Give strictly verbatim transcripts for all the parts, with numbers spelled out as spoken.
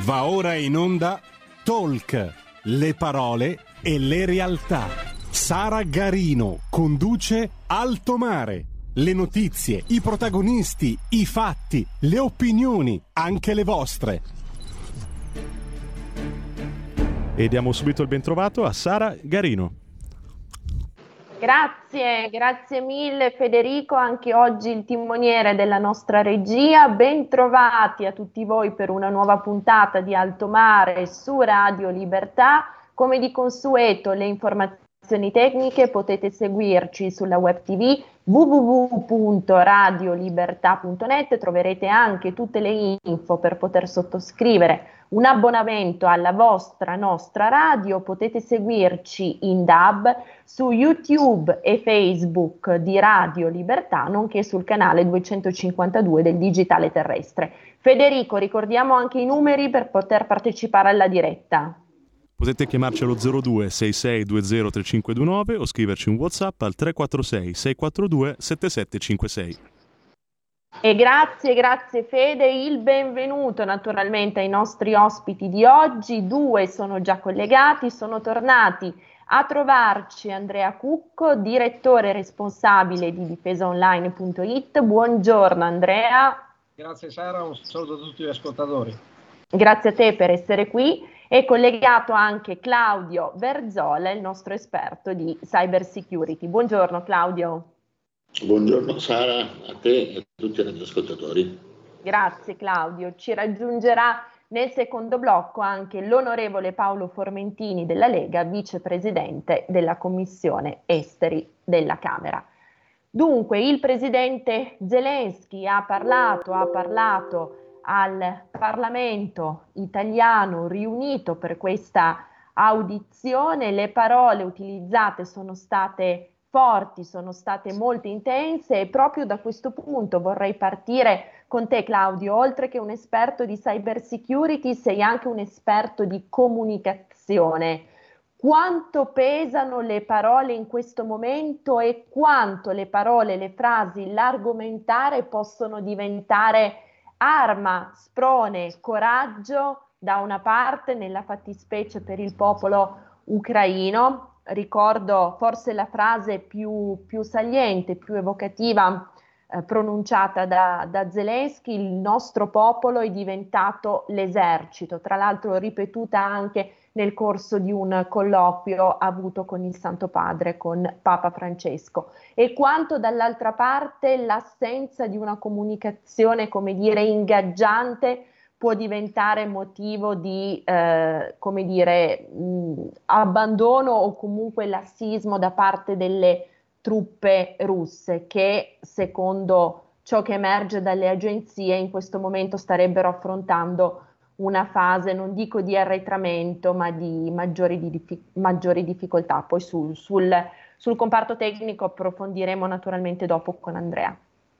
Va ora in onda Talk, le parole e le realtà. Sara Garino conduce Alto Mare. Le notizie, i protagonisti, i fatti, le opinioni, anche le vostre. E diamo subito il bentrovato a Sara Garino. Grazie, grazie mille Federico, anche oggi il timoniere della nostra regia. Bentrovati a tutti voi per una nuova puntata di Alto Mare su Radio Libertà. Come di consueto, le informazioni tecniche potete seguirci sulla web tv w w w punto radio libertà punto net. Troverete anche tutte le info per poter sottoscrivere un abbonamento alla vostra nostra radio. Potete seguirci in D A B su YouTube e Facebook di Radio Libertà, nonché sul canale duecentocinquantadue del Digitale Terrestre. Federico, ricordiamo anche i numeri per poter partecipare alla diretta. Potete chiamarci allo zero due sei sei due zero tre cinque due nove o scriverci un WhatsApp al tre quattro sei sei quattro due sette sette cinque sei. E grazie, grazie Fede, il benvenuto naturalmente ai nostri ospiti di oggi. Due sono già collegati, sono tornati a trovarci Andrea Cucco, direttore responsabile di difesa online punto it. Buongiorno Andrea. Grazie Sara, un saluto a tutti gli ascoltatori. Grazie a te per essere qui. È collegato anche Claudio Verzola, il nostro esperto di cyber security. Buongiorno Claudio. Buongiorno Sara, a te e a tutti gli ascoltatori. Grazie Claudio. Ci raggiungerà nel secondo blocco anche l'onorevole Paolo Formentini della Lega, vicepresidente della Commissione Esteri della Camera. Dunque, il presidente Zelensky ha parlato, ha parlato al Parlamento italiano riunito per questa audizione. Le parole utilizzate sono state forti, sono state molto intense, e proprio da questo punto vorrei partire con te Claudio. Oltre che un esperto di cyber security, sei anche un esperto di comunicazione. Quanto pesano le parole in questo momento e quanto le parole, le frasi, l'argomentare possono diventare arma, sprone, coraggio da una parte, nella fattispecie per il popolo ucraino. Ricordo forse la frase più, più saliente, più evocativa eh, pronunciata da, da Zelensky: il nostro popolo è diventato l'esercito, tra l'altro ripetuta anche nel corso di un colloquio avuto con il Santo Padre, con Papa Francesco. E quanto dall'altra parte l'assenza di una comunicazione, come dire, ingaggiante può diventare motivo di, eh, come dire, mh, abbandono o comunque lassismo da parte delle truppe russe, che secondo ciò che emerge dalle agenzie in questo momento starebbero affrontando una fase, non dico di arretramento, ma di maggiori, di diffi- maggiori difficoltà. Poi sul, sul, sul comparto tecnico approfondiremo naturalmente dopo con Andrea.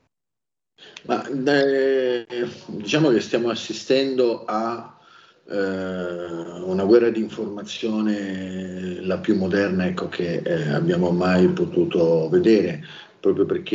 Ma eh, diciamo che stiamo assistendo a eh, una guerra di informazione, la più moderna, ecco, che eh, abbiamo mai potuto vedere, proprio perché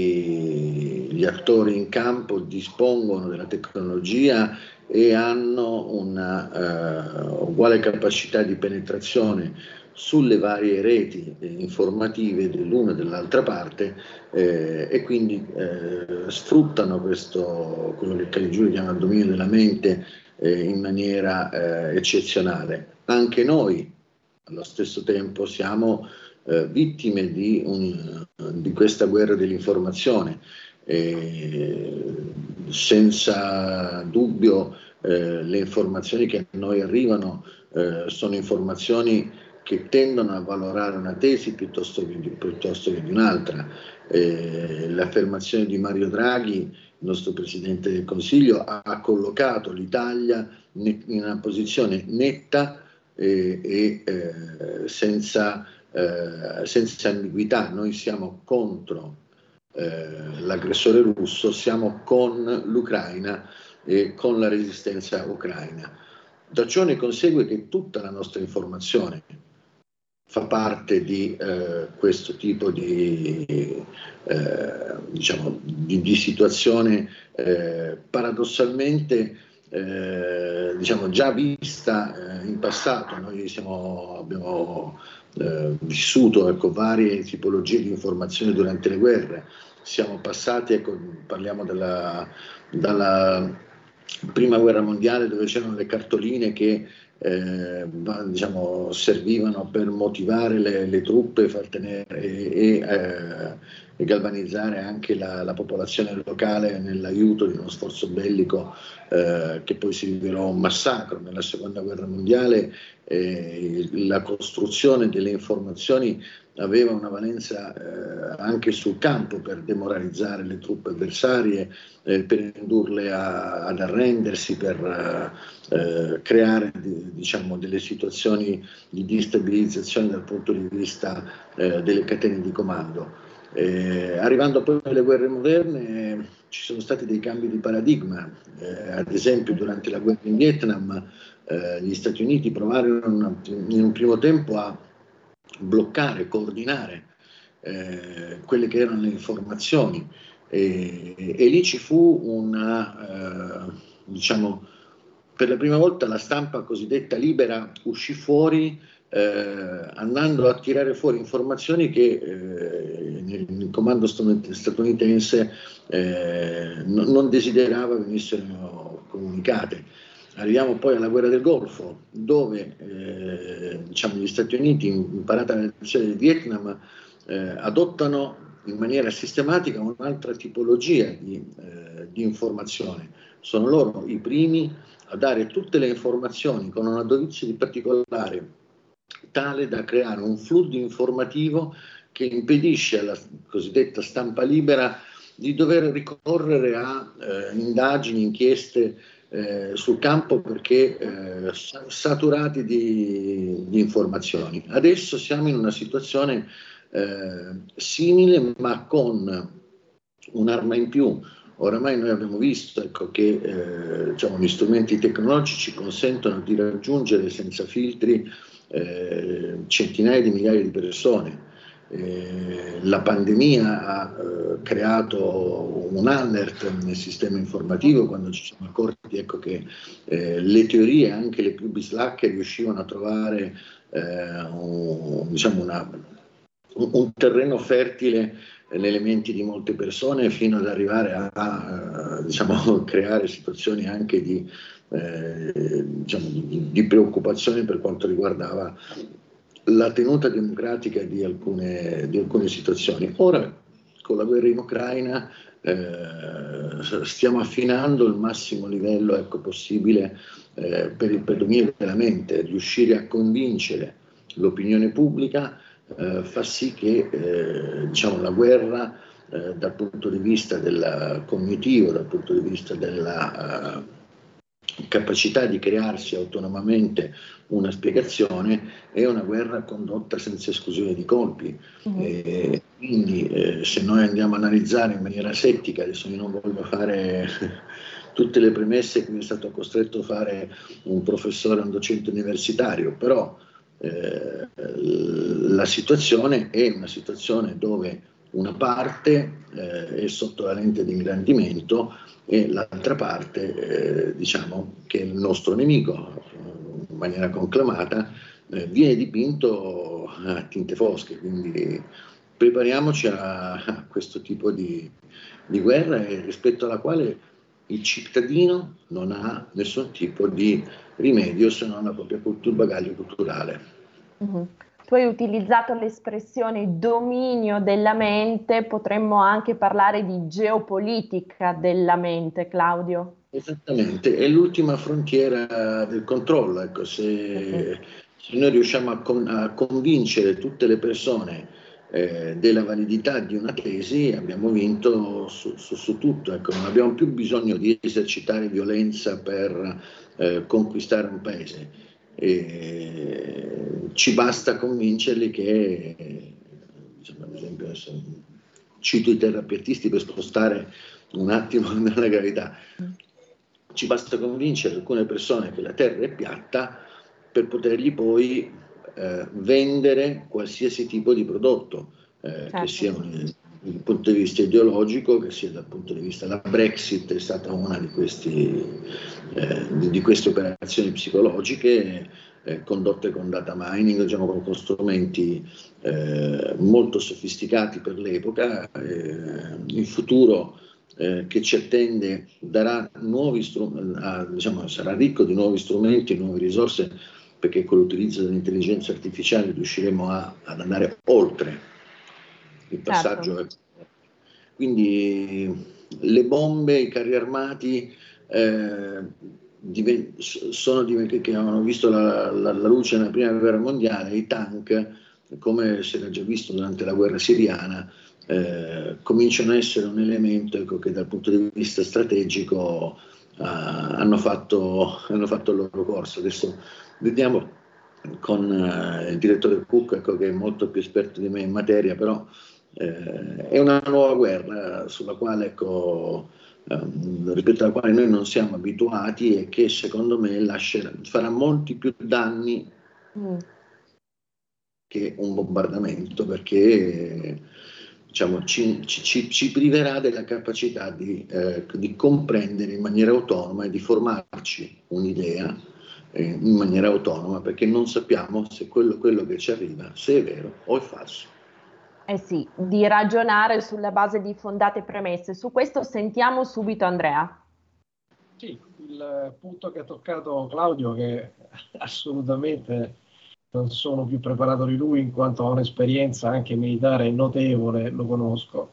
i, gli attori in campo dispongono della tecnologia e hanno una uh, uguale capacità di penetrazione sulle varie reti eh, informative dell'una e dell'altra parte, eh, e quindi eh, sfruttano questo, quello che Caligiuri chiama il dominio della mente, eh, in maniera eh, eccezionale. Anche noi allo stesso tempo siamo eh, vittime di, un, di questa guerra dell'informazione. Eh, senza dubbio eh, le informazioni che a noi arrivano eh, sono informazioni che tendono a valorare una tesi piuttosto che di, piuttosto che di un'altra. Eh, l'affermazione di Mario Draghi, il nostro Presidente del Consiglio, ha, ha collocato l'Italia in una posizione netta eh, e eh, senza, eh, senza ambiguità. Noi siamo contro Eh, l'aggressore russo, siamo con l'Ucraina e con la resistenza ucraina. Da ciò ne consegue che tutta la nostra informazione fa parte di eh, questo tipo di, eh, diciamo, di, di situazione eh, paradossalmente eh, diciamo già vista eh, in passato. Noi siamo, abbiamo eh, vissuto, ecco, varie tipologie di informazioni durante le guerre. Siamo passati, ecco, parliamo della, dalla prima guerra mondiale, dove c'erano le cartoline che eh, diciamo, servivano per motivare le, le truppe, far tenere e, e, eh, e galvanizzare anche la, la popolazione locale nell'aiuto di uno sforzo bellico eh, che poi si rivelò un massacro. Nella seconda guerra mondiale eh, la costruzione delle informazioni aveva una valenza eh, anche sul campo, per demoralizzare le truppe avversarie, eh, per indurle a, ad arrendersi, per eh, creare di, diciamo, delle situazioni di destabilizzazione dal punto di vista eh, delle catene di comando. Eh, arrivando poi alle guerre moderne, ci sono stati dei cambi di paradigma. Eh, ad esempio, durante la guerra in Vietnam eh, gli Stati Uniti provarono in un primo tempo a bloccare, coordinare eh, quelle che erano le informazioni, e, e lì ci fu una, eh, diciamo, per la prima volta la stampa cosiddetta libera uscì fuori, eh, andando a tirare fuori informazioni che eh, nel, nel comando statunitense eh, non, non desiderava venissero comunicate. Arriviamo poi alla guerra del Golfo, dove eh, diciamo, gli Stati Uniti, imparata la lezione del Vietnam, eh, adottano in maniera sistematica un'altra tipologia di, eh, di informazione. Sono loro i primi a dare tutte le informazioni con una dovizia di particolare, tale da creare un flusso informativo che impedisce alla cosiddetta stampa libera di dover ricorrere a eh, indagini, inchieste eh, sul campo, perché eh, saturati di, di informazioni. Adesso siamo in una situazione eh, simile, ma con un'arma in più. Oramai noi abbiamo visto, ecco, che eh, diciamo, gli strumenti tecnologici consentono di raggiungere senza filtri eh, centinaia di migliaia di persone. Eh, la pandemia ha eh, creato un alert nel sistema informativo, quando ci siamo accorti, ecco, che eh, le teorie, anche le più bislacche, riuscivano a trovare eh, un, diciamo una, un, un terreno fertile nelle menti di molte persone, fino ad arrivare a, a diciamo, creare situazioni anche di, eh, diciamo, di, di preoccupazione per quanto riguardava la tenuta democratica di alcune, di alcune situazioni. Ora, con la guerra in Ucraina, eh, stiamo affinando il massimo livello, ecco, possibile eh, per il predominio della mente, riuscire a convincere l'opinione pubblica. Eh, fa sì che eh, diciamo, la guerra eh, dal punto di vista del cognitivo, dal punto di vista della uh, capacità di crearsi autonomamente una spiegazione, è una guerra condotta senza esclusione di colpi. Mm-hmm. E quindi eh, se noi andiamo a analizzare in maniera settica, adesso io non voglio fare tutte le premesse che mi è stato costretto a fare un professore, un docente universitario, però Eh, la situazione è una situazione dove una parte eh, è sotto la lente di ingrandimento e l'altra parte, eh, diciamo, che è il nostro nemico, in maniera conclamata, eh, viene dipinto a tinte fosche. Quindi prepariamoci a, a questo tipo di, di guerra, rispetto alla quale il cittadino non ha nessun tipo di rimedio se non la propria cultura, bagaglio culturale. Mm-hmm. Tu hai utilizzato l'espressione dominio della mente, potremmo anche parlare di geopolitica della mente, Claudio. Esattamente, è l'ultima frontiera del controllo. Ecco, se, mm-hmm. se noi riusciamo a, con, a convincere tutte le persone Eh, della validità di una tesi, abbiamo vinto su, su, su tutto. Ecco, non abbiamo più bisogno di esercitare violenza per eh, conquistare un paese, e ci basta convincerli che, diciamo, ad esempio, adesso cito i terrapiattisti per spostare un attimo nella gravità, ci basta convincere alcune persone che la terra è piatta per potergli poi Eh, vendere qualsiasi tipo di prodotto, eh, certo. che sia un, dal punto di vista ideologico, che sia dal punto di vista della Brexit è stata una di, questi, eh, di, di queste operazioni psicologiche eh, condotte con data mining, diciamo, con, con strumenti eh, molto sofisticati per l'epoca. Eh, il futuro eh, che ci attende darà nuovi strumenti, diciamo, sarà ricco di nuovi strumenti e nuove risorse, perché con l'utilizzo dell'intelligenza artificiale riusciremo a, ad andare oltre il passaggio. Certo. Quindi le bombe, i carri armati eh, diven- sono diventati, che avevano visto la, la, la luce nella prima guerra mondiale, i tank, come si era già visto durante la guerra siriana, eh, cominciano a essere un elemento, ecco, che dal punto di vista strategico eh, hanno, fatto, hanno fatto il loro corso. Adesso vediamo con eh, il direttore Cook, ecco, che è molto più esperto di me in materia, però eh, è una nuova guerra sulla quale, ecco, ehm, rispetto alla quale noi non siamo abituati e che secondo me lascerà, farà molti più danni mm. che un bombardamento, perché diciamo, ci, ci, ci priverà della capacità di, eh, di comprendere in maniera autonoma e di formarci un'idea in maniera autonoma, perché non sappiamo se quello, quello che ci arriva, se è vero o è falso. Eh sì, di ragionare sulla base di fondate premesse. Su questo sentiamo subito Andrea. Sì, il punto che ha toccato Claudio, che assolutamente non sono più preparato di lui in quanto ha un'esperienza anche militare notevole, lo conosco,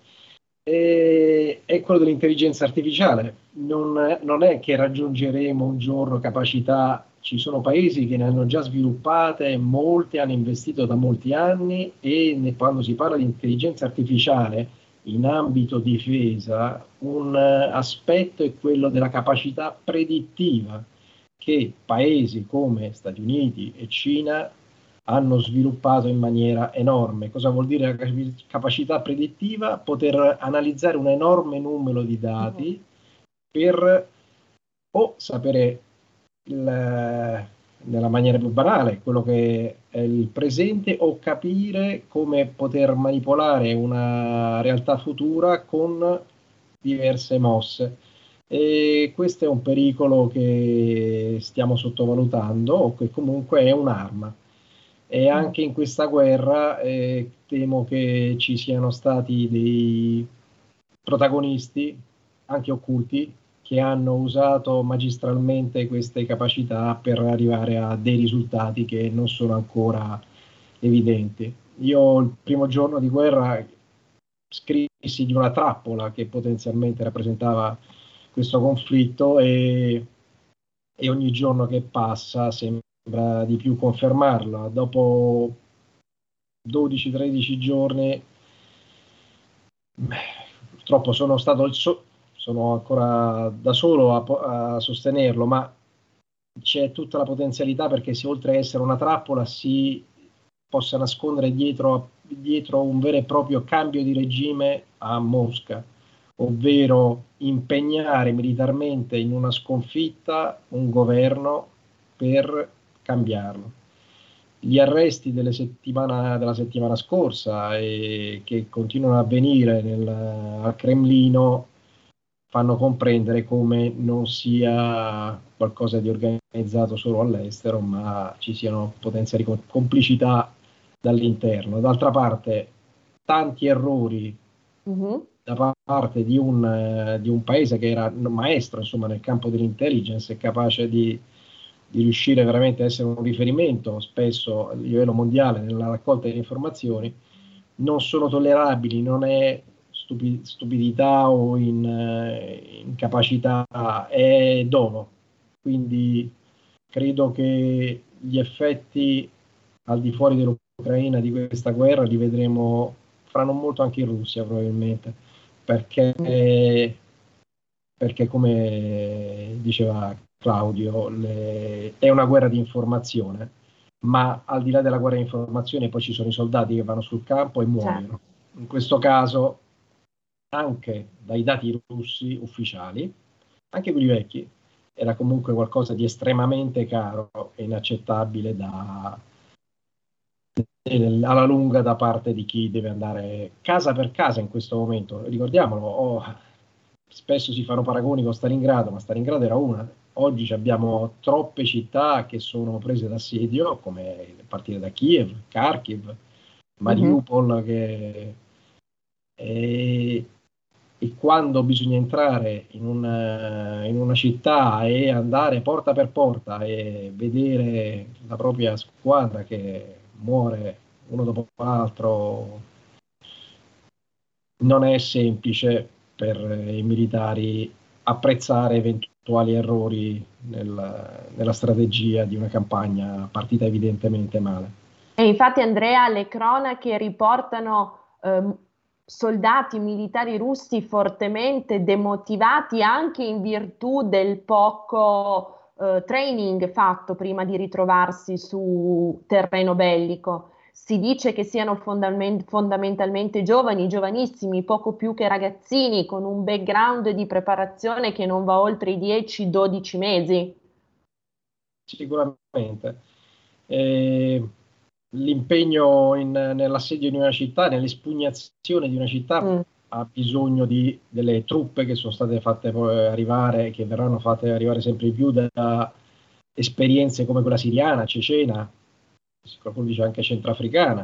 e è quello dell'intelligenza artificiale. Non, non è che raggiungeremo un giorno capacità. Ci sono paesi che ne hanno già sviluppate, molte hanno investito da molti anni, e ne, quando si parla di intelligenza artificiale in ambito difesa, un uh, aspetto è quello della capacità predittiva che paesi come Stati Uniti e Cina hanno sviluppato in maniera enorme. Cosa vuol dire la capacità predittiva? Poter analizzare un enorme numero di dati per o sapere il, nella maniera più banale quello che è il presente, o capire come poter manipolare una realtà futura con diverse mosse. E questo è un pericolo che stiamo sottovalutando, o che comunque è un'arma. E anche in questa guerra eh, temo che ci siano stati dei protagonisti, anche occulti, che hanno usato magistralmente queste capacità per arrivare a dei risultati che non sono ancora evidenti. Io il primo giorno di guerra scrissi di una trappola che potenzialmente rappresentava questo conflitto, e, e ogni giorno che passa sembra di più confermarla. Dopo dodici tredici giorni, purtroppo sono stato il so- sono ancora da solo a, a sostenerlo, ma c'è tutta la potenzialità perché, se oltre a essere una trappola, si possa nascondere dietro, dietro un vero e proprio cambio di regime a Mosca, ovvero impegnare militarmente in una sconfitta un governo per cambiarlo. Gli arresti delle settimana, della settimana scorsa e che continuano a avvenire nel, al Cremlino fanno comprendere come non sia qualcosa di organizzato solo all'estero, ma ci siano potenziali complicità dall'interno. D'altra parte, tanti errori uh-huh. da parte di un, di un paese che era maestro, insomma, nel campo dell'intelligence, e capace di, di riuscire veramente a essere un riferimento spesso a livello mondiale nella raccolta delle informazioni, non sono tollerabili. Non è stupidità o in, incapacità, è dono. Quindi credo che gli effetti al di fuori dell'Ucraina di questa guerra li vedremo fra non molto anche in Russia, probabilmente, perché, perché come diceva Claudio, le, è una guerra di informazione, ma al di là della guerra di informazione poi ci sono i soldati che vanno sul campo e muoiono. In questo caso, anche dai dati russi ufficiali, anche quelli vecchi, era comunque qualcosa di estremamente caro e inaccettabile da, alla lunga da parte di chi deve andare casa per casa in questo momento. Ricordiamolo, oh, spesso si fanno paragoni con Stalingrado, ma Stalingrado era una. Oggi abbiamo troppe città che sono prese d'assedio, come a partire da Kiev, Kharkiv, Mariupol, mm-hmm. che, e, e quando bisogna entrare in una, in una città e andare porta per porta e vedere la propria squadra che muore uno dopo l'altro, non è semplice per i militari apprezzare eventuali errori nel, nella strategia di una campagna partita evidentemente male. E infatti, Andrea, le cronache riportano eh, soldati militari russi fortemente demotivati anche in virtù del poco eh, training fatto prima di ritrovarsi su terreno bellico. Si dice che siano fondament- fondamentalmente giovani, giovanissimi, poco più che ragazzini, con un background di preparazione che non va oltre i dieci dodici mesi. Sicuramente. Eh, l'impegno in, nell'assedio di una città, nell'espugnazione di una città, mm. ha bisogno di delle truppe che sono state fatte poi arrivare, che verranno fatte arrivare sempre di più da esperienze come quella siriana, cecena, qualcuno dice anche centroafricana,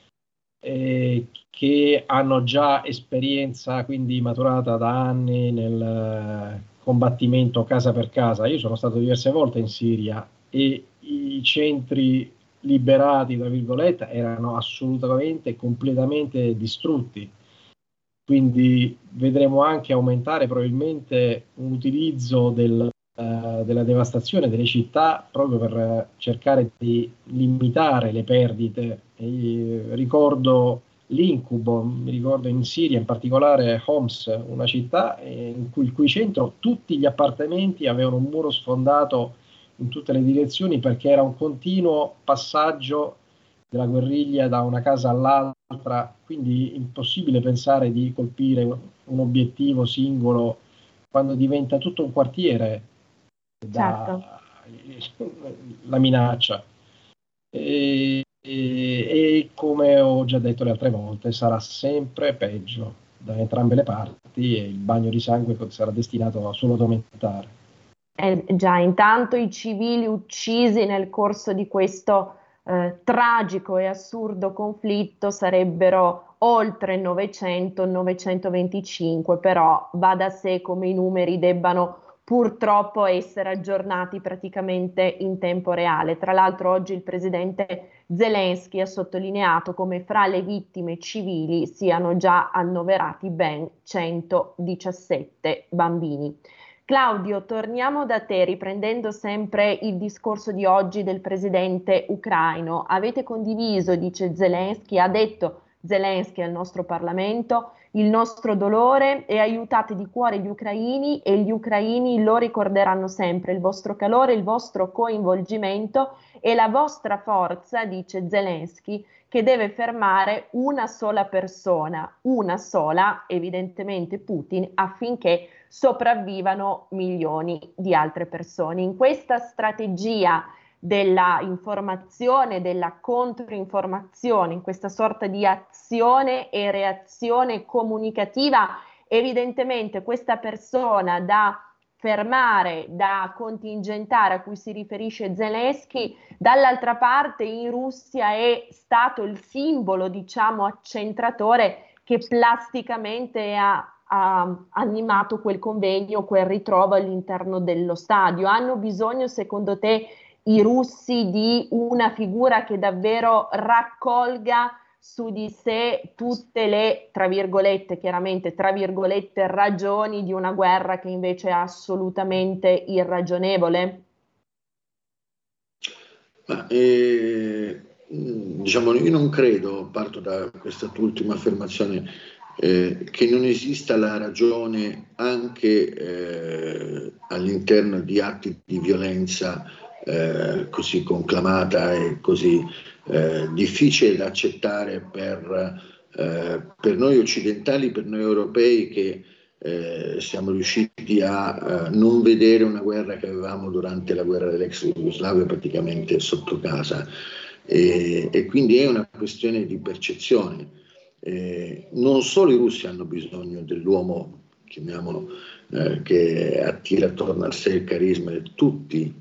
eh, che hanno già esperienza quindi maturata da anni nel combattimento casa per casa. Io sono stato diverse volte in Siria e i centri liberati, tra virgolette, erano assolutamente, completamente distrutti. Quindi vedremo anche aumentare probabilmente un utilizzo del, uh, della devastazione delle città proprio per cercare di limitare le perdite. E ricordo l'incubo, mi ricordo in Siria, in particolare Homs, una città in cui il cui centro tutti gli appartamenti avevano un muro sfondato in tutte le direzioni perché era un continuo passaggio della guerriglia da una casa all'altra, quindi impossibile pensare di colpire un obiettivo singolo quando diventa tutto un quartiere da certo. la minaccia. E, e, e come ho già detto le altre volte, sarà sempre peggio da entrambe le parti e il bagno di sangue sarà destinato solo ad aumentare. Eh, già, intanto i civili uccisi nel corso di questo eh, tragico e assurdo conflitto sarebbero oltre novecento novecentoventicinque, però va da sé come i numeri debbano purtroppo essere aggiornati praticamente in tempo reale. Tra l'altro oggi il presidente Zelensky ha sottolineato come fra le vittime civili siano già annoverati ben centodiciassette bambini. Claudio, torniamo da te riprendendo sempre il discorso di oggi del presidente ucraino. Avete condiviso, dice Zelensky, ha detto Zelensky al nostro Parlamento, il nostro dolore e aiutate di cuore gli ucraini e gli ucraini lo ricorderanno sempre, il vostro calore, il vostro coinvolgimento e la vostra forza, dice Zelensky, che deve fermare una sola persona, una sola, evidentemente Putin, affinché sopravvivano milioni di altre persone. In questa strategia della informazione, della controinformazione, in questa sorta di azione e reazione comunicativa, evidentemente questa persona da fermare, da contingentare, a cui si riferisce Zelensky, dall'altra parte in Russia è stato il simbolo, diciamo, accentratore che plasticamente ha ha animato quel convegno, quel ritrovo all'interno dello stadio. Hanno bisogno, secondo te, i russi di una figura che davvero raccolga su di sé tutte le, tra virgolette, chiaramente, tra virgolette, ragioni di una guerra che invece è assolutamente irragionevole? Ma, eh, diciamo, io non credo, parto da questa tua ultima affermazione, Eh, che non esista la ragione anche eh, all'interno di atti di violenza eh, così conclamata e così eh, difficile da accettare per, eh, per noi occidentali, per noi europei che eh, siamo riusciti a eh, non vedere una guerra che avevamo durante la guerra dell'ex Jugoslavia praticamente sotto casa. e, e quindi è una questione di percezione. Eh, non solo i russi hanno bisogno dell'uomo, chiamiamolo, eh, che attira attorno a sé il carisma, tutti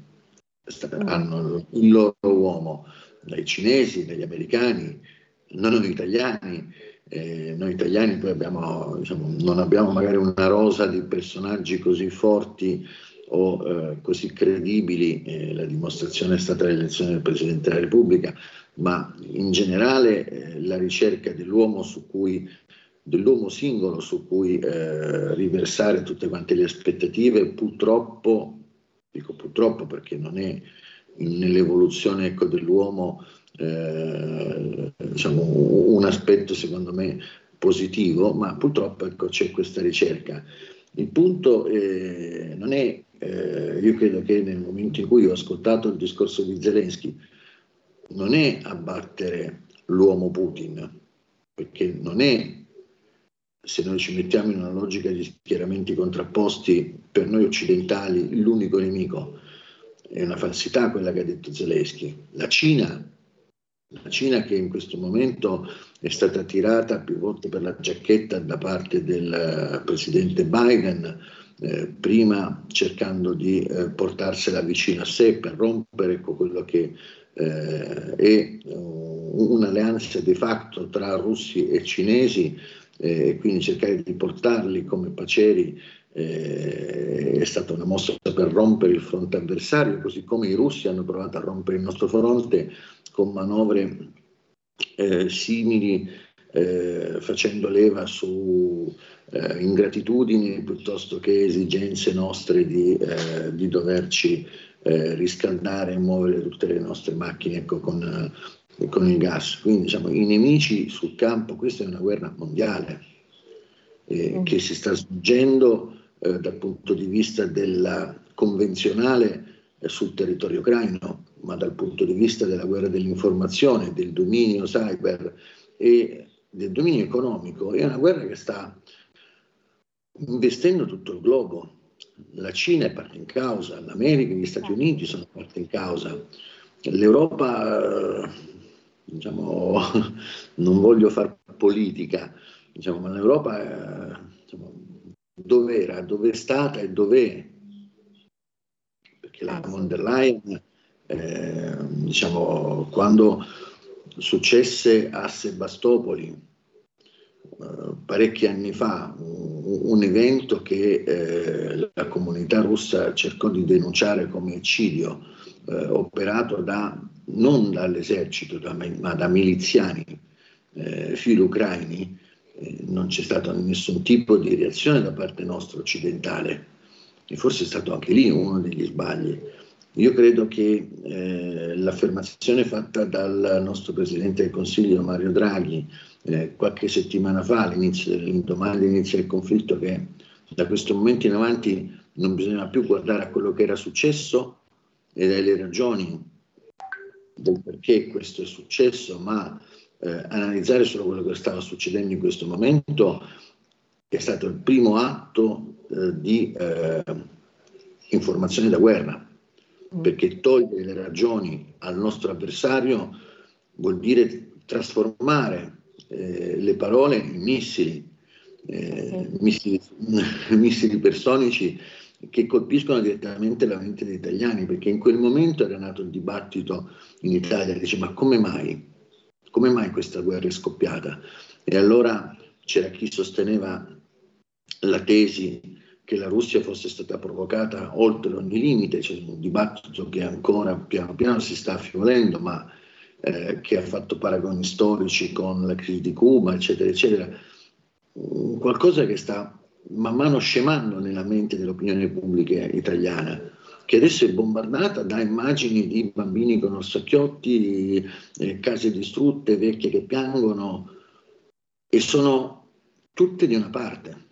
hanno il loro uomo, dai cinesi, dagli americani, non noi italiani. Eh, noi italiani poi abbiamo, diciamo, non abbiamo magari una rosa di personaggi così forti o eh, così credibili, eh, la dimostrazione è stata l'elezione del Presidente della Repubblica, ma in generale eh, la ricerca dell'uomo su cui, dell'uomo singolo su cui eh, riversare tutte quante le aspettative, purtroppo, dico purtroppo perché non è nell'evoluzione, ecco, dell'uomo eh, diciamo, un aspetto secondo me positivo, ma purtroppo, ecco, c'è questa ricerca. Il punto eh, non è, eh, io credo che nel momento in cui ho ascoltato il discorso di Zelensky, non è abbattere l'uomo Putin, perché non è, se noi ci mettiamo in una logica di schieramenti contrapposti, per noi occidentali l'unico nemico. È una falsità quella che ha detto Zelensky. La Cina, la Cina che in questo momento è stata tirata più volte per la giacchetta da parte del presidente Biden, eh, prima cercando di eh, portarsela vicino a sé per rompere con quello che eh, è uh, un'alleanza de facto tra russi e cinesi, e eh, quindi cercare di portarli come paceri. Eh, è stata una mossa per rompere il fronte avversario, così come i russi hanno provato a rompere il nostro fronte con manovre eh, simili, eh, facendo leva su eh, ingratitudini piuttosto che esigenze nostre di, eh, di doverci eh, riscaldare e muovere tutte le nostre macchine, ecco, con, eh, con il gas. Quindi, diciamo, i nemici sul campo, questa è una guerra mondiale eh, mm. che si sta svolgendo eh, dal punto di vista della convenzionale eh, sul territorio ucraino, ma dal punto di vista della guerra dell'informazione, del dominio cyber e del dominio economico. È una guerra che sta investendo tutto il globo. La Cina è parte in causa, l'America e gli Stati Uniti sono parte in causa. L'Europa, diciamo, non voglio far politica, diciamo, ma l'Europa, diciamo, dove era, dove è stata e dov'è? Perché la von der Leyen, eh, diciamo, quando successe a Sebastopoli eh, parecchi anni fa un, un evento che eh, la comunità russa cercò di denunciare come eccidio eh, operato da, non dall'esercito da, ma da miliziani eh, filo-ucraini, eh, non c'è stato nessun tipo di reazione da parte nostra occidentale, e forse è stato anche lì uno degli sbagli. Io credo che eh, l'affermazione fatta dal nostro Presidente del Consiglio Mario Draghi eh, qualche settimana fa, all'inizio dell'indomani dell'inizio del conflitto, che da questo momento in avanti non bisogna più guardare a quello che era successo e alle ragioni del perché questo è successo, ma eh, analizzare solo quello che stava succedendo in questo momento, è stato il primo atto eh, di eh, informazione da guerra. Perché togliere le ragioni al nostro avversario vuol dire trasformare eh, le parole in missili, eh, missili, missili personici che colpiscono direttamente la mente degli italiani, perché in quel momento era nato il dibattito in Italia, dice: ma come mai? Come mai questa guerra è scoppiata? E allora c'era chi sosteneva la tesi che la Russia fosse stata provocata oltre ogni limite. C'è un dibattito che ancora piano piano si sta affievolendo, ma eh, che ha fatto paragoni storici con la crisi di Cuba, eccetera, eccetera. Qualcosa che sta man mano scemando nella mente dell'opinione pubblica italiana, che adesso è bombardata da immagini di bambini con orsacchiotti, eh, case distrutte, vecchie che piangono, e sono tutte di una parte.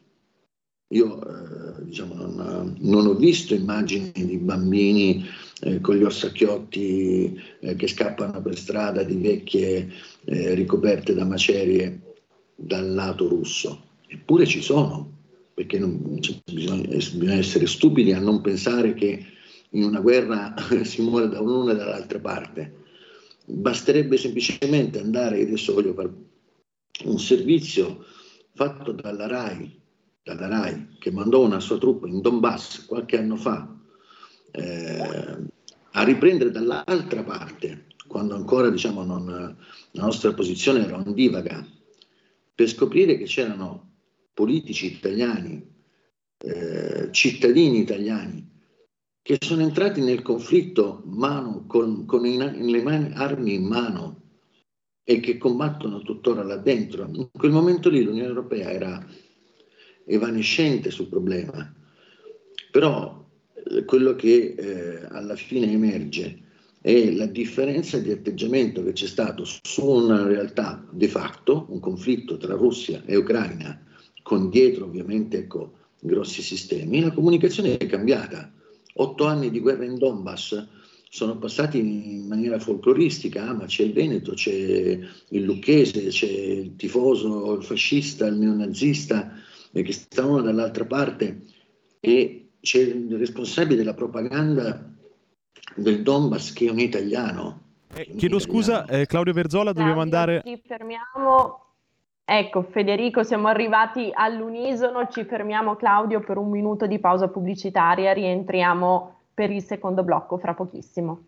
Io eh, diciamo, non, non ho visto immagini di bambini eh, con gli orsacchiotti eh, che scappano per strada, di vecchie eh, ricoperte da macerie dal lato russo. Eppure ci sono, perché non, cioè, bisogna, bisogna essere stupidi a non pensare che in una guerra si muore da un'una e dall'altra parte. basterebbe semplicemente andare, adesso voglio fare un servizio fatto dalla RAI, dalla RAI, che mandò una sua truppa in Donbass qualche anno fa, eh, a riprendere dall'altra parte, quando ancora diciamo, non, la nostra posizione era ondivaga, per scoprire che c'erano politici italiani, eh, cittadini italiani, che sono entrati nel conflitto mano, con, con in, in le mani, armi in mano, e che combattono tuttora là dentro. In quel momento lì l'Unione Europea era evanescente sul problema, però eh, quello che eh, alla fine emerge è la differenza di atteggiamento che c'è stato su una realtà de facto, un conflitto tra Russia e Ucraina, con dietro ovviamente ecco, grossi sistemi. La comunicazione è cambiata. Otto anni di guerra in Donbass sono passati in maniera folcloristica, ah, ma c'è il Veneto, c'è il Lucchese, c'è il tifoso, il fascista, il neonazista, eh, che stavano dall'altra parte, e c'è il responsabile della propaganda del Donbass che è un italiano. Eh, un chiedo italiano. scusa, eh, Claudio Verzola, dobbiamo Claudio, andare... Ci fermiamo. Ecco, Federico, siamo arrivati all'unisono, ci fermiamo Claudio per un minuto di pausa pubblicitaria, rientriamo per il secondo blocco fra pochissimo.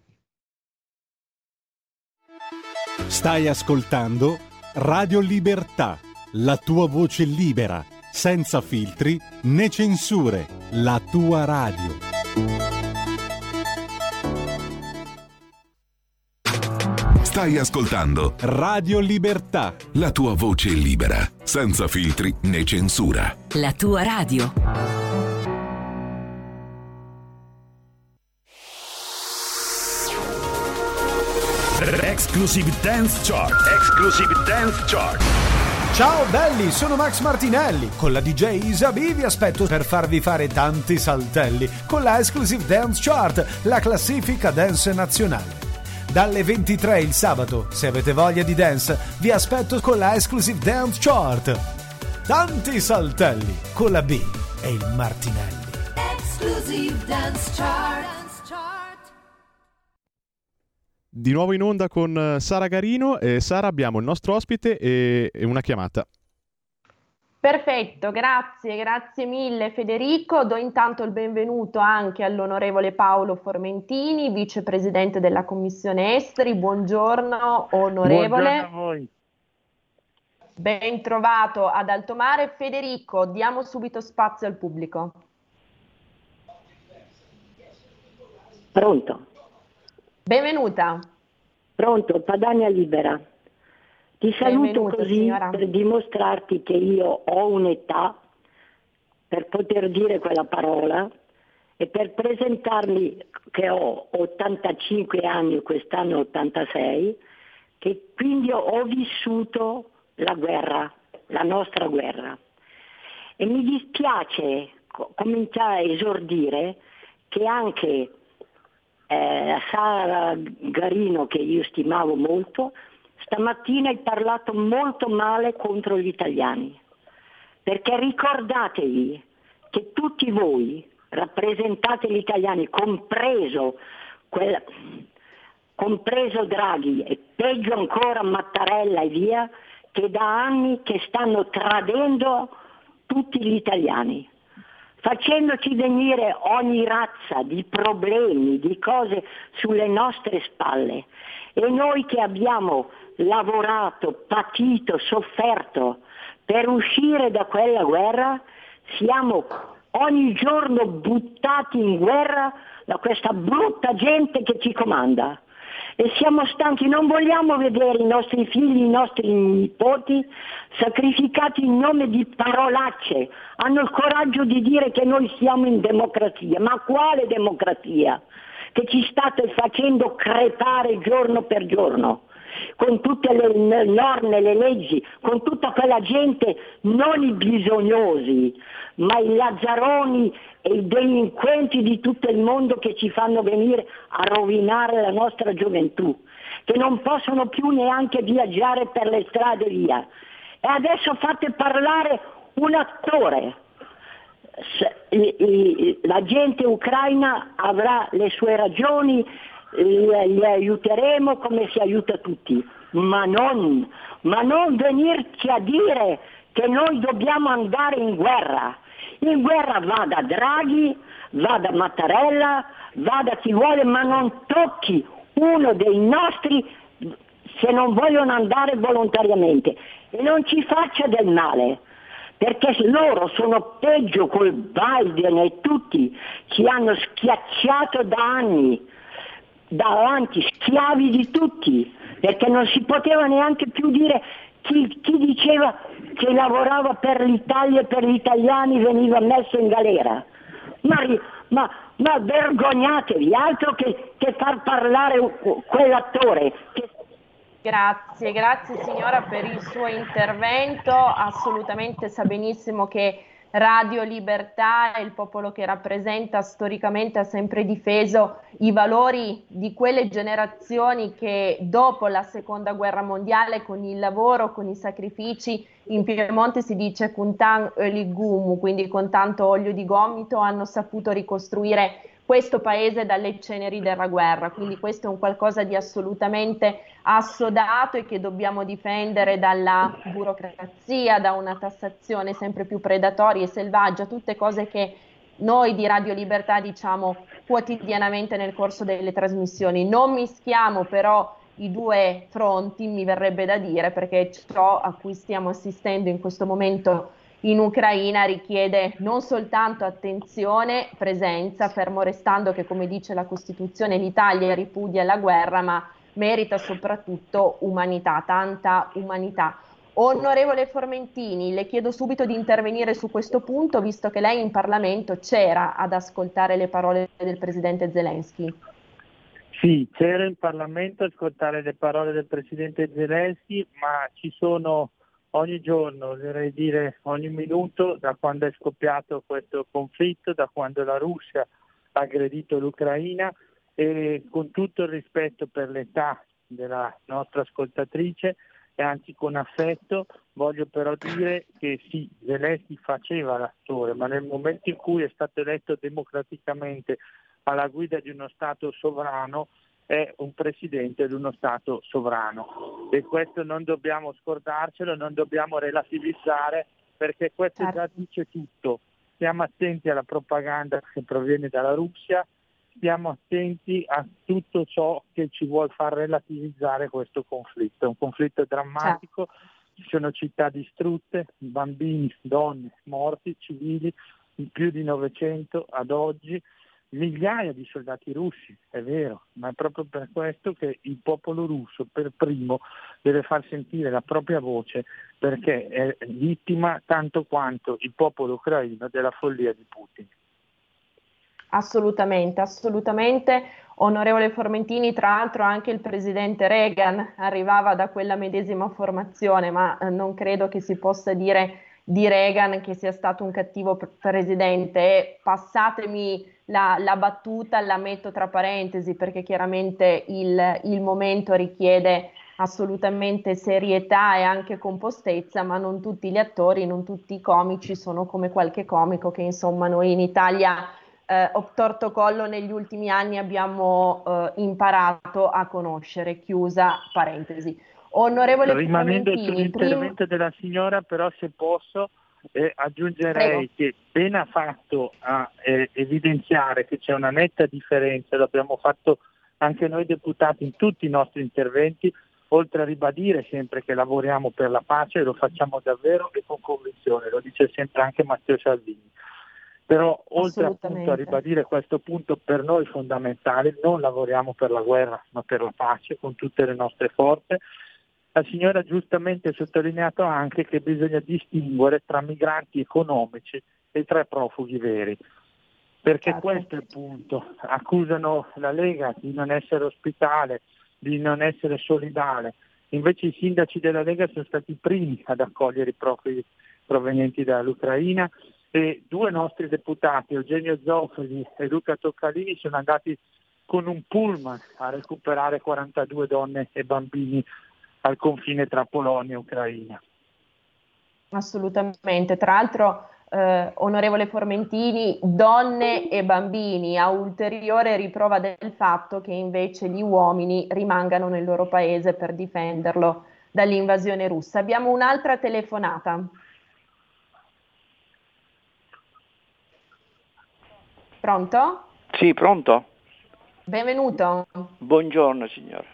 Stai ascoltando Radio Libertà, la tua voce libera, senza filtri né censure, la tua radio. Stai ascoltando Radio Libertà, la tua voce libera, senza filtri né censura. La tua radio. Exclusive Dance Chart. Exclusive Dance Chart. Ciao belli, sono Max Martinelli. Con la D J Isabi vi aspetto per farvi fare tanti saltelli con la Exclusive Dance Chart, la classifica dance nazionale. Dalle ventitré il sabato, se avete voglia di dance, vi aspetto con la Exclusive Dance Chart. Tanti saltelli con la B e il Martinelli. Exclusive Dance Chart. Di nuovo in onda con Sara Garino. E Sara, abbiamo il nostro ospite e, e una chiamata. Perfetto, grazie, grazie mille Federico. Do intanto il benvenuto anche all'onorevole Paolo Formentini, vicepresidente della Commissione Esteri. Buongiorno onorevole. Buongiorno a voi. Ben trovato ad Altomare. Federico, diamo subito spazio al pubblico. Pronto? Benvenuta. Pronto, Padania Libera. Ti saluto Benvenuta, così signora. per dimostrarti che io ho un'età per poter dire quella parola e per presentarmi che ho ottantacinque anni, quest'anno ottantasei, che quindi ho vissuto la guerra, la nostra guerra. E mi dispiace co- cominciare a esordire che anche eh, Sara Garino, che io stimavo molto, stamattina hai parlato molto male contro gli italiani, perché ricordatevi che tutti voi rappresentate gli italiani, compreso, quel, compreso Draghi e peggio ancora Mattarella e via, che da anni che stanno tradendo tutti gli italiani, facendoci venire ogni razza di problemi, di cose sulle nostre spalle. E noi che abbiamo lavorato, patito, sofferto per uscire da quella guerra, siamo ogni giorno buttati in guerra da questa brutta gente che ci comanda. E siamo stanchi, non vogliamo vedere i nostri figli, i nostri nipoti sacrificati in nome di parolacce. Hanno il coraggio di dire che noi siamo in democrazia. Ma quale democrazia? Che ci state facendo crepare giorno per giorno, con tutte le norme, le leggi, con tutta quella gente, non i bisognosi, ma i lazzaroni e i delinquenti di tutto il mondo che ci fanno venire a rovinare la nostra gioventù, che non possono più neanche viaggiare per le strade via. E adesso fate parlare un attore. La gente ucraina avrà le sue ragioni li, li aiuteremo come si aiuta tutti, ma non, ma non venirci a dire che noi dobbiamo andare in guerra. In guerra vada Draghi, vada Mattarella, vada chi vuole, ma non tocchi uno dei nostri se non vogliono andare volontariamente, e non ci faccia del male, perché loro sono peggio col Biden e tutti, ci hanno schiacciato da anni davanti, schiavi di tutti, perché non si poteva neanche più dire chi, chi diceva che lavorava per l'Italia e per gli italiani veniva messo in galera. Ma, ma, ma vergognatevi, altro che, che far parlare quell'attore. Che... Grazie, grazie signora per il suo intervento. Assolutamente sa benissimo che Radio Libertà e il popolo che rappresenta storicamente ha sempre difeso i valori di quelle generazioni che dopo la seconda guerra mondiale, con il lavoro, con i sacrifici, in Piemonte si dice con tan oligumu, quindi con tanto olio di gomito, hanno saputo ricostruire questo paese dalle ceneri della guerra. Quindi questo è un qualcosa di assolutamente assodato e che dobbiamo difendere dalla burocrazia, da una tassazione sempre più predatoria e selvaggia, tutte cose che noi di Radio Libertà diciamo quotidianamente nel corso delle trasmissioni. Non mischiamo però i due fronti, mi verrebbe da dire, perché ciò a cui stiamo assistendo in questo momento in Ucraina richiede non soltanto attenzione, presenza, fermo restando che, come dice la Costituzione, l'Italia ripudia la guerra, ma merita soprattutto umanità, tanta umanità. Onorevole Formentini, le chiedo subito di intervenire su questo punto, visto che lei in Parlamento c'era ad ascoltare le parole del Presidente Zelensky. Sì, c'era in Parlamento ad ascoltare le parole del Presidente Zelensky, ma ci sono ogni giorno, vorrei dire ogni minuto, da quando è scoppiato questo conflitto, da quando la Russia ha aggredito l'Ucraina, e con tutto il rispetto per l'età della nostra ascoltatrice e anzi con affetto, voglio però dire che sì, Zelensky faceva l'attore, ma nel momento in cui è stato eletto democraticamente alla guida di uno Stato sovrano, è un presidente di uno Stato sovrano, e questo non dobbiamo scordarcelo, non dobbiamo relativizzare, perché questo già dice tutto. Stiamo attenti alla propaganda che proviene dalla Russia, stiamo attenti a tutto ciò che ci vuol far relativizzare questo conflitto. È un conflitto drammatico, ci sono città distrutte, bambini, donne morti, civili, più di novecento ad oggi, migliaia di soldati russi, è vero, ma è proprio per questo che il popolo russo per primo deve far sentire la propria voce, perché è vittima tanto quanto il popolo ucraino della follia di Putin. Assolutamente, assolutamente. Onorevole Formentini, tra l'altro anche il presidente Reagan arrivava da quella medesima formazione, ma eh, non credo che si possa dire di Reagan che sia stato un cattivo presidente. E passatemi la, la battuta, la metto tra parentesi, perché chiaramente il, il momento richiede assolutamente serietà e anche compostezza, ma non tutti gli attori, non tutti i comici sono come qualche comico che insomma noi in Italia eh, obtorto collo negli ultimi anni abbiamo eh, imparato a conoscere. Chiusa parentesi. Onorevole Rimanendo Formentini, sull'intervento prim... della signora, però se posso eh, aggiungerei Prego. che ben ha fatto a eh, evidenziare che c'è una netta differenza, l'abbiamo fatto anche noi deputati in tutti i nostri interventi, oltre a ribadire sempre che lavoriamo per la pace, e lo facciamo davvero e con convinzione, lo dice sempre anche Matteo Salvini. Però oltre appunto a ribadire questo punto per noi fondamentale, non lavoriamo per la guerra ma per la pace con tutte le nostre forze. La signora giustamente ha sottolineato anche che bisogna distinguere tra migranti economici e tra profughi veri, perché certo. Questo è il punto. Accusano la Lega di non essere ospitale, di non essere solidale, invece i sindaci della Lega sono stati i primi ad accogliere i profughi provenienti dall'Ucraina, e due nostri deputati, Eugenio Zoffoli e Luca Toccalini, sono andati con un pullman a recuperare quarantadue donne e bambini al confine tra Polonia e Ucraina. Assolutamente, tra l'altro eh, onorevole Formentini, donne e bambini, a ulteriore riprova del fatto che invece gli uomini rimangano nel loro paese per difenderlo dall'invasione russa. Abbiamo un'altra telefonata. Pronto? Sì, pronto? Benvenuto. Buongiorno signora.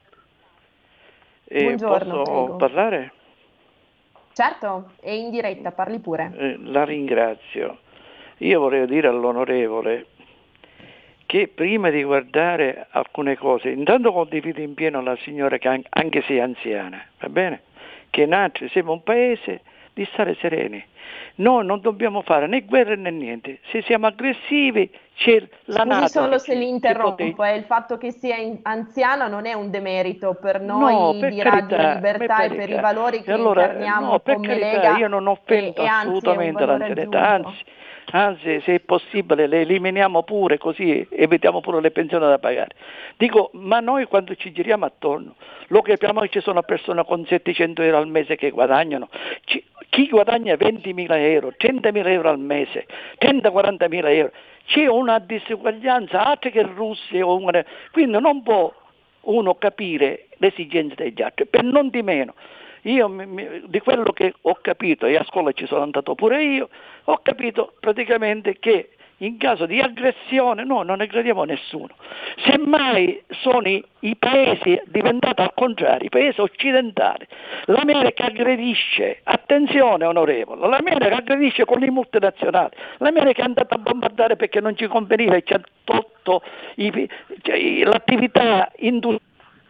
Eh, Buongiorno, posso prego. parlare? Certo, è in diretta, parli pure. Eh, la ringrazio. Io vorrei dire all'onorevole che prima di guardare alcune cose, intanto condivido in pieno la signora che anche se è anziana, va bene? Che nasce, siamo un paese di stare sereni. Noi non dobbiamo fare né guerre né niente. Se siamo aggressivi c'è la Scusi NATO. solo se ci, li interrompo, eh, il fatto che sia in- anziano non è un demerito per noi No, per di carità, Radio Libertà per e per i carità. valori E che allora, incarniamo no, per come carità, Lega, io non e, offendo e anzi è un assolutamente valore l'anzianità, aggiunto. anzi, anzi, se è possibile le eliminiamo pure, così evitiamo pure le pensioni da pagare. Dico, ma noi quando ci giriamo attorno, lo capiamo che ci sono persone con settecento euro al mese che guadagnano, ci, chi guadagna ventimila euro, centomila euro al mese, trenta quarantamila euro, c'è una disuguaglianza altra che Russia o una, quindi non può uno capire le esigenze degli altri, per non di meno. Io mi, mi, di quello che ho capito, e a scuola ci sono andato pure io, ho capito praticamente che in caso di aggressione noi non aggrediamo nessuno. Semmai sono i, i paesi diventati al contrario, i paesi occidentali. L'America aggredisce, attenzione onorevole, l'America aggredisce con le multinazionali. L'America è andata a bombardare perché non ci conveniva e ci ha tolto i, cioè, l'attività industriale.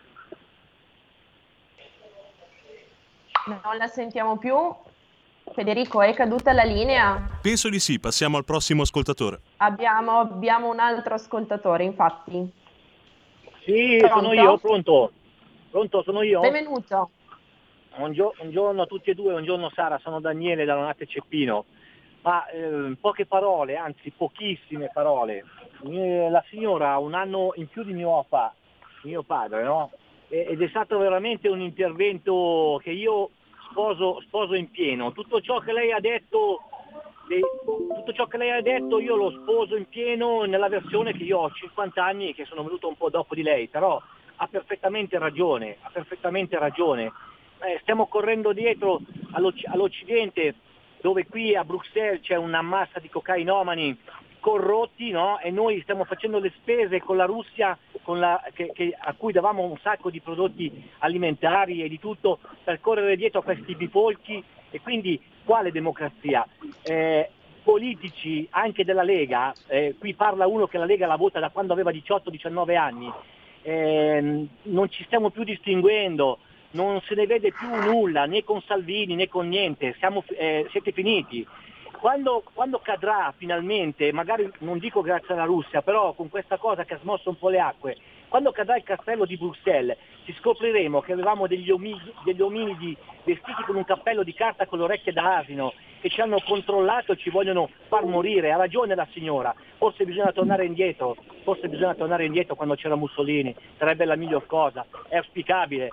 Non la sentiamo più. Federico, è caduta la linea? Penso di sì, passiamo al prossimo ascoltatore. Abbiamo, abbiamo un altro ascoltatore, infatti. Sì, Pronto? sono io, pronto? Pronto, sono io? Benvenuto. Buongio- Buongiorno a tutti e due, buongiorno Sara, sono Daniele da Lonate Ceppino. Ma eh, poche parole, anzi pochissime parole. Eh, la signora ha un anno in più di mio, papà, mio padre, no? E- ed è stato veramente un intervento che io sposo, sposo in pieno. Tutto ciò che lei ha detto, eh, tutto ciò che lei ha detto io lo sposo in pieno nella versione che io ho cinquanta anni e che sono venuto un po' dopo di lei, però ha perfettamente ragione, ha perfettamente ragione. Eh, stiamo correndo dietro all'Oc- all'Occidente, dove qui a Bruxelles c'è una massa di cocainomani corrotti, no? E noi stiamo facendo le spese con la Russia, con la, che, che, a cui davamo un sacco di prodotti alimentari e di tutto per correre dietro a questi bifolchi. E quindi quale democrazia? Eh, politici anche della Lega, eh, qui parla uno che la Lega la vota da quando aveva diciotto diciannove anni, eh, non ci stiamo più distinguendo, non se ne vede più nulla né con Salvini né con niente, siamo, eh, siete finiti. Quando, quando cadrà finalmente, magari non dico grazie alla Russia, però con questa cosa che ha smosso un po' le acque, quando cadrà il castello di Bruxelles ci scopriremo che avevamo degli ominidi, degli ominidi vestiti con un cappello di carta con le orecchie da asino che ci hanno controllato e ci vogliono far morire. Ha ragione la signora, forse bisogna tornare indietro, forse bisogna tornare indietro quando c'era Mussolini, sarebbe la miglior cosa, è auspicabile.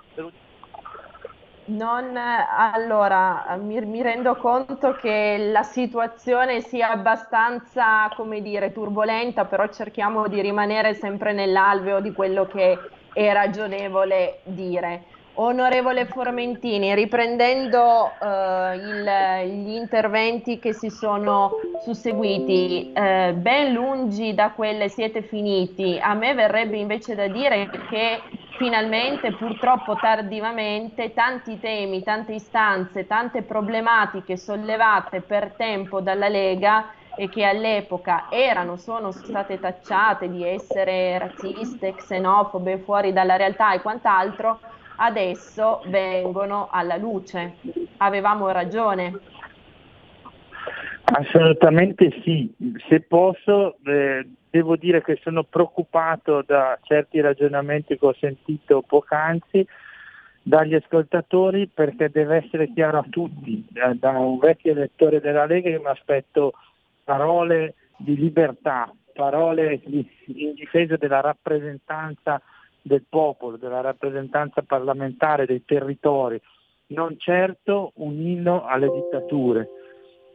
Non, allora, mi, mi rendo conto che la situazione sia abbastanza, come dire, turbolenta, però cerchiamo di rimanere sempre nell'alveo di quello che è ragionevole dire. Onorevole Formentini, riprendendo eh, il, gli interventi che si sono susseguiti, eh, ben lungi da quelle siete finiti, a me verrebbe invece da dire che finalmente, purtroppo tardivamente, tanti temi, tante istanze, tante problematiche sollevate per tempo dalla Lega e che all'epoca erano, sono state tacciate di essere razziste, xenofobe, fuori dalla realtà e quant'altro, adesso vengono alla luce. Avevamo ragione. Assolutamente sì, se posso eh, devo dire che sono preoccupato da certi ragionamenti che ho sentito poc'anzi dagli ascoltatori, perché deve essere chiaro a tutti, da, da un vecchio elettore della Lega, che mi aspetto parole di libertà, parole di, in difesa della rappresentanza del popolo, della rappresentanza parlamentare dei territori, non certo un inno alle dittature.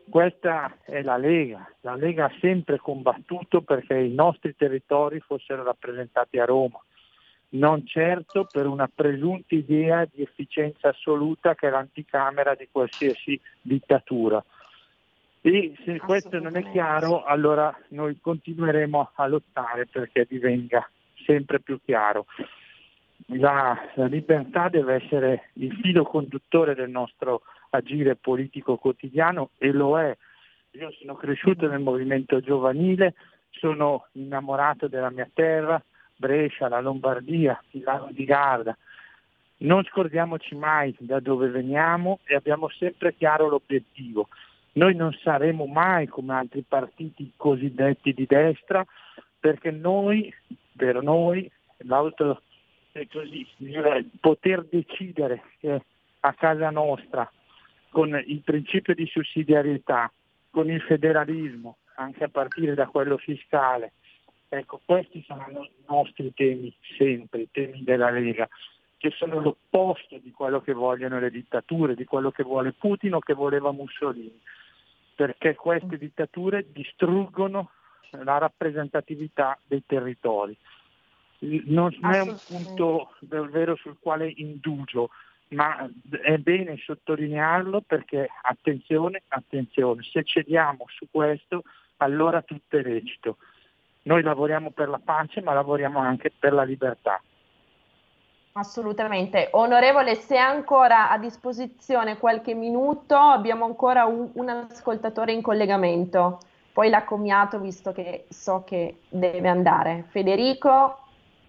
Questa è la Lega. La Lega ha sempre combattuto perché i nostri territori fossero rappresentati a Roma, non certo per una presunta idea di efficienza assoluta che è l'anticamera di qualsiasi dittatura. E se questo non è chiaro, allora noi continueremo a lottare perché divenga sempre più chiaro. La, la libertà deve essere il filo conduttore del nostro agire politico quotidiano e lo è. Io sono cresciuto nel movimento giovanile, sono innamorato della mia terra, Brescia, la Lombardia, il Lago di Garda. Non scordiamoci mai da dove veniamo e abbiamo sempre chiaro l'obiettivo. Noi non saremo mai come altri partiti cosiddetti di destra, perché noi, per noi, l'auto è così, poter decidere che a casa nostra, con il principio di sussidiarietà, con il federalismo, anche a partire da quello fiscale, ecco, questi saranno i nostri temi sempre, i temi della Lega, che sono l'opposto di quello che vogliono le dittature, di quello che vuole Putin o che voleva Mussolini, perché queste dittature distruggono la rappresentatività dei territori. Non è un punto davvero sul quale indugio, ma è bene sottolinearlo perché attenzione, attenzione, se cediamo su questo allora tutto è lecito. Noi lavoriamo per la pace ma lavoriamo anche per la libertà. Assolutamente. Onorevole, se ha ancora a disposizione qualche minuto, abbiamo ancora un, un ascoltatore in collegamento. Poi l'ha commiato visto che so che deve andare. Federico.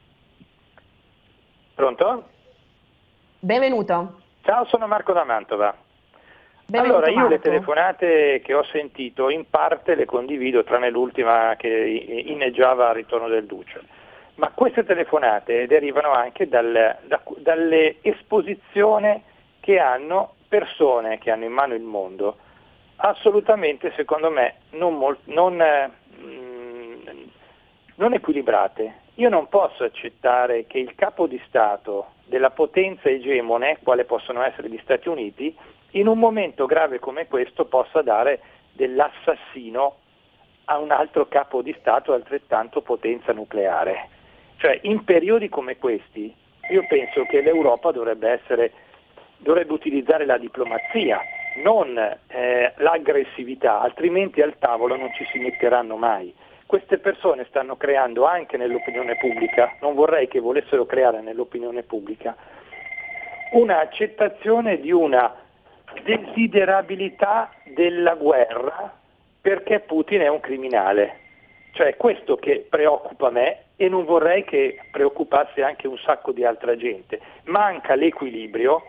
Pronto? Benvenuto. Ciao, sono Marco da Mantova. Benvenuto, allora, io Marco. le telefonate che ho sentito in parte le condivido, tranne l'ultima che inneggiava al ritorno del Duce. Ma queste telefonate derivano anche dal, da, dalle esposizioni che hanno persone che hanno in mano il mondo, assolutamente, secondo me, non, molt, non, eh, non equilibrate. Io non posso accettare che il capo di Stato della potenza egemone, quale possono essere gli Stati Uniti, in un momento grave come questo possa dare dell'assassino a un altro capo di Stato altrettanto potenza nucleare. Cioè, in periodi come questi, io penso che l'Europa dovrebbe essere, dovrebbe utilizzare la diplomazia, non eh, l'aggressività, altrimenti al tavolo non ci si metteranno mai. Queste persone stanno creando anche nell'opinione pubblica, non vorrei che volessero creare nell'opinione pubblica, una accettazione di una desiderabilità della guerra perché Putin è un criminale. Cioè, questo che preoccupa me e non vorrei che preoccupasse anche un sacco di altra gente. Manca l'equilibrio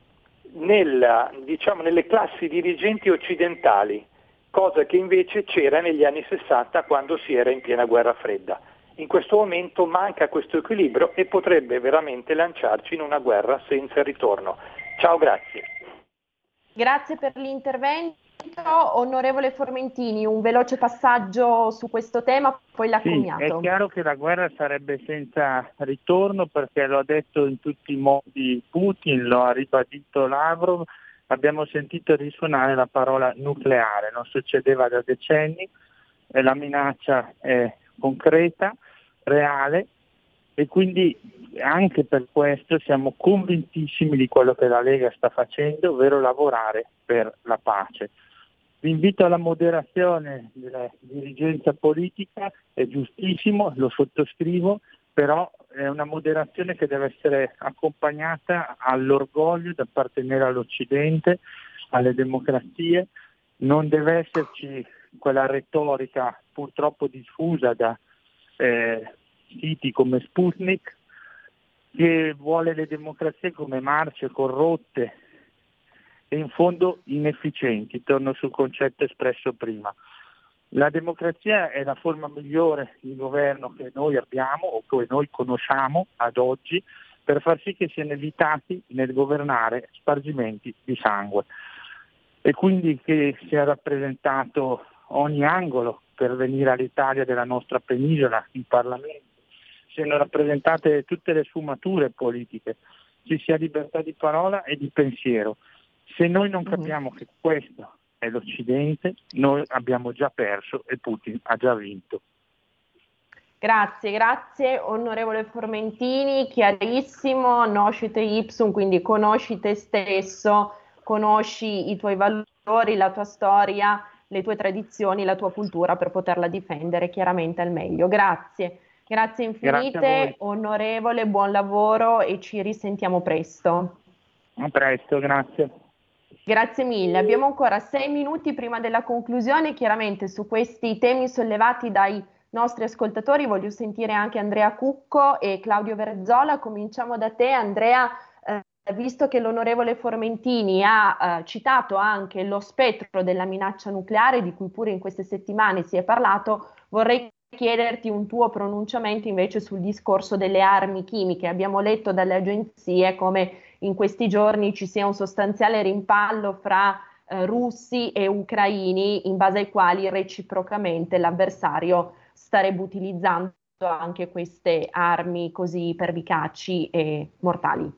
nella, diciamo, nelle classi dirigenti occidentali, cosa che invece c'era negli anni sessanta quando si era in piena guerra fredda. In questo momento manca questo equilibrio e potrebbe veramente lanciarci in una guerra senza ritorno. Ciao, grazie. Grazie per l'intervento. Onorevole Formentini, un veloce passaggio su questo tema, poi l'ha Sì, commiato. è chiaro che la guerra sarebbe senza ritorno perché lo ha detto in tutti i modi Putin, lo ha ribadito Lavrov, abbiamo sentito risuonare la parola nucleare, non succedeva da decenni, e la minaccia è concreta, reale e quindi anche per questo siamo convintissimi di quello che la Lega sta facendo, ovvero lavorare per la pace. L'invito alla moderazione della dirigenza politica è giustissimo, lo sottoscrivo, però è una moderazione che deve essere accompagnata all'orgoglio di appartenere all'Occidente, alle democrazie, non deve esserci quella retorica purtroppo diffusa da eh, siti come Sputnik che vuole le democrazie come marce corrotte e in fondo inefficienti, torno sul concetto espresso prima. La democrazia è la forma migliore di governo che noi abbiamo o che noi conosciamo ad oggi per far sì che siano evitati nel governare spargimenti di sangue e quindi che sia rappresentato ogni angolo per venire all'Italia della nostra penisola in Parlamento, siano rappresentate tutte le sfumature politiche, ci sia libertà di parola e di pensiero. Se noi non capiamo che questo è l'Occidente, noi abbiamo già perso e Putin ha già vinto. Grazie, grazie onorevole Formentini, chiarissimo, noscite ipsum, quindi conosci te stesso, conosci i tuoi valori, la tua storia, le tue tradizioni, la tua cultura per poterla difendere chiaramente al meglio. Grazie, grazie infinite, Grazie onorevole, buon lavoro e ci risentiamo presto. A presto, grazie. Grazie mille, abbiamo ancora sei minuti prima della conclusione, chiaramente su questi temi sollevati dai nostri ascoltatori voglio sentire anche Andrea Cucco e Claudio Verzola. Cominciamo da te Andrea, eh, visto che l'onorevole Formentini ha eh, citato anche lo spettro della minaccia nucleare di cui pure in queste settimane si è parlato, vorrei chiederti un tuo pronunciamento invece sul discorso delle armi chimiche. Abbiamo letto dalle agenzie come in questi giorni ci sia un sostanziale rimpallo fra eh, russi e ucraini in base ai quali reciprocamente l'avversario starebbe utilizzando anche queste armi così pervicaci e mortali.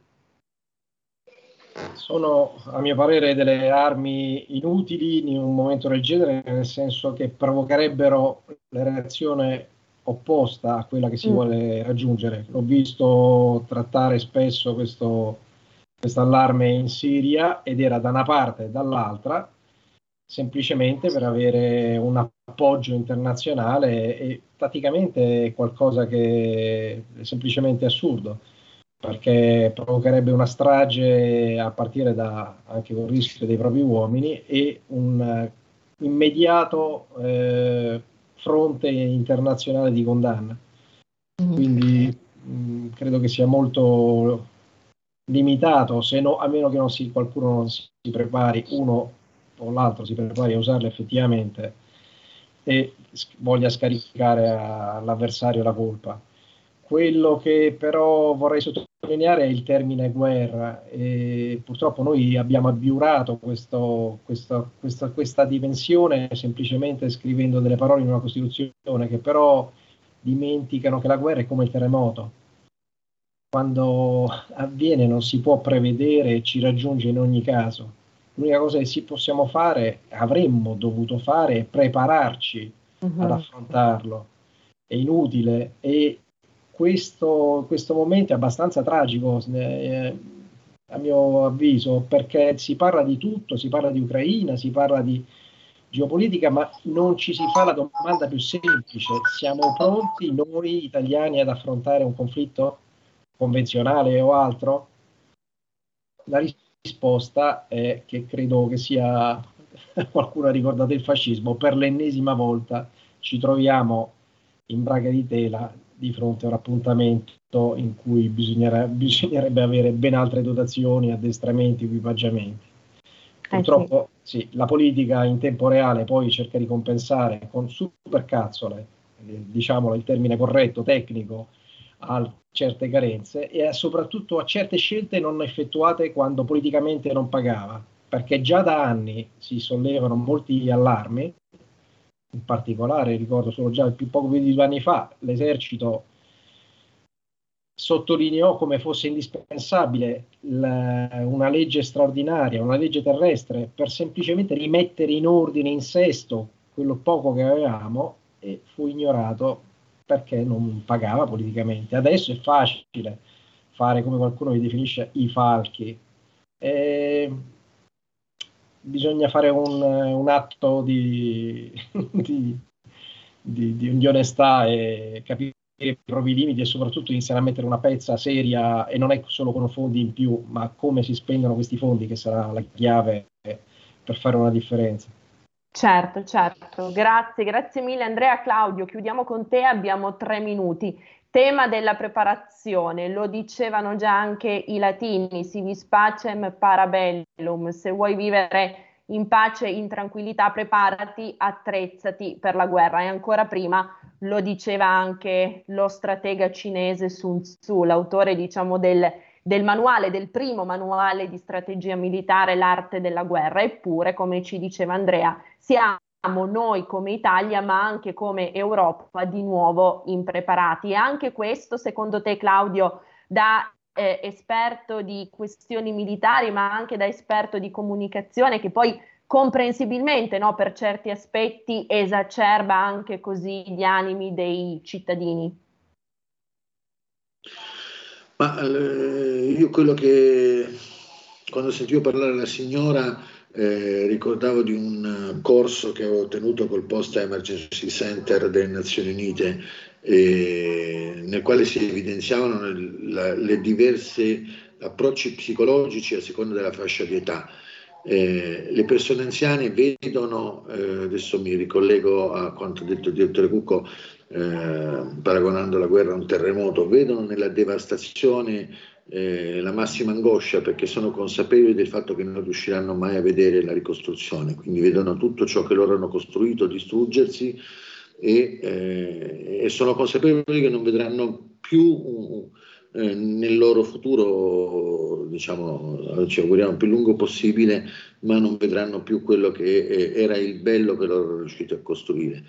Sono, a mio parere, delle armi inutili in un momento del genere, nel senso che provocherebbero la reazione opposta a quella che si mm. vuole raggiungere. L'ho visto trattare spesso questo allarme in Siria ed era da una parte e dall'altra, semplicemente per avere un appoggio internazionale, e praticamente è qualcosa che è semplicemente assurdo, perché provocherebbe una strage a partire da, anche con il rischio dei propri uomini, e un uh, immediato eh, fronte internazionale di condanna. Mm. Quindi mh, credo che sia molto limitato, se no, a meno che non si, qualcuno non si, si prepari, uno o l'altro si prepari a usarle effettivamente e voglia scaricare all'avversario la colpa. Quello che però vorrei sottolineare è il termine guerra, e purtroppo noi abbiamo abiurato questo, questo, questa, questa dimensione semplicemente scrivendo delle parole in una Costituzione che però dimenticano che la guerra è come il terremoto. Quando avviene non si può prevedere e ci raggiunge in ogni caso. L'unica cosa che sì possiamo fare, avremmo dovuto fare, è prepararci uh-huh. ad affrontarlo. È inutile, e questo, questo momento è abbastanza tragico, eh, a mio avviso, perché si parla di tutto, si parla di Ucraina, si parla di geopolitica, ma non ci si fa la domanda più semplice: siamo pronti noi italiani ad affrontare un conflitto convenzionale o altro? La risposta è che credo che sia, qualcuno ha ricordato il fascismo, per l'ennesima volta ci troviamo in braga di tela di fronte a un appuntamento in cui bisognerà, bisognerebbe avere ben altre dotazioni, addestramenti, equipaggiamenti. Purtroppo eh sì. Sì, la politica in tempo reale poi cerca di compensare con supercazzole, eh, diciamolo il termine corretto, tecnico, a certe carenze e a, soprattutto a certe scelte non effettuate quando politicamente non pagava, perché già da anni si sollevano molti allarmi. In particolare ricordo solo già più poco più di due anni fa l'esercito sottolineò come fosse indispensabile la, una legge straordinaria, una legge terrestre, per semplicemente rimettere in ordine, in sesto quello poco che avevamo, e fu ignorato perché non pagava politicamente. Adesso è facile fare, come qualcuno li definisce, i falchi. E bisogna fare un, un atto di, di, di, di, di onestà e capire i propri limiti, e soprattutto iniziare a mettere una pezza seria, e non è solo con fondi in più, ma come si spendono questi fondi, che sarà la chiave per fare una differenza. Certo, certo, grazie, grazie mille Andrea. Claudio, chiudiamo con te, abbiamo tre minuti. Tema della preparazione, lo dicevano già anche i latini, si vis pacem para bellum, se vuoi vivere in pace, in tranquillità, preparati, attrezzati per la guerra. E ancora prima lo diceva anche lo stratega cinese Sun Tzu, l'autore, diciamo, del, del manuale, del primo manuale di strategia militare, l'arte della guerra. Eppure, come ci diceva Andrea, siamo noi come Italia, ma anche come Europa, di nuovo impreparati. E anche questo, secondo te, Claudio, da eh, esperto di questioni militari, ma anche da esperto di comunicazione, che poi comprensibilmente, no, per certi aspetti esacerba anche così gli animi dei cittadini. Ma eh, io quello che quando sentivo parlare la signora eh, ricordavo di un corso che avevo tenuto col Post Emergency Center delle Nazioni Unite, eh, nel quale si evidenziavano le, le diverse approcci psicologici a seconda della fascia di età. Eh, le persone anziane vedono, eh, adesso mi ricollego a quanto detto il direttore Cucco, eh, paragonando la guerra a un terremoto, vedono nella devastazione eh, la massima angoscia, perché sono consapevoli del fatto che non riusciranno mai a vedere la ricostruzione, quindi vedono tutto ciò che loro hanno costruito distruggersi e, eh, e sono consapevoli che non vedranno più un, Eh, nel loro futuro, diciamo, ci auguriamo più lungo possibile, ma non vedranno più quello che eh, era il bello che loro erano riusciti a costruire.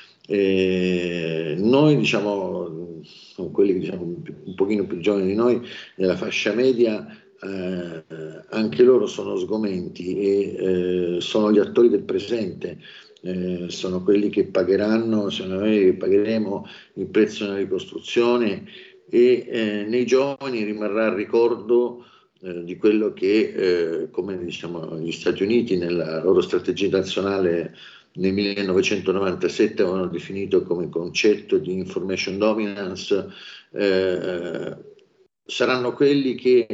Eh, noi, diciamo, quelli che diciamo un pochino più giovani di noi, nella fascia media, eh, anche loro sono sgomenti e eh, sono gli attori del presente. Eh, sono quelli che pagheranno, sono noi che pagheremo il prezzo della ricostruzione, e eh, nei giovani rimarrà il ricordo eh, di quello che, eh, come diciamo, gli Stati Uniti nella loro strategia nazionale nel millenovecentonovantasette avevano definito come concetto di information dominance, eh, saranno quelli che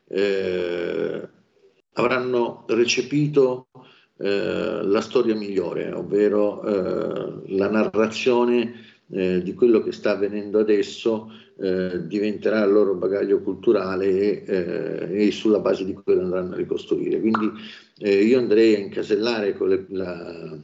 eh, avranno recepito eh, la storia migliore, ovvero eh, la narrazione Eh, di quello che sta avvenendo adesso eh, diventerà il loro bagaglio culturale e, eh, e sulla base di quello andranno a ricostruire. Quindi eh, io andrei a incasellare con le, la,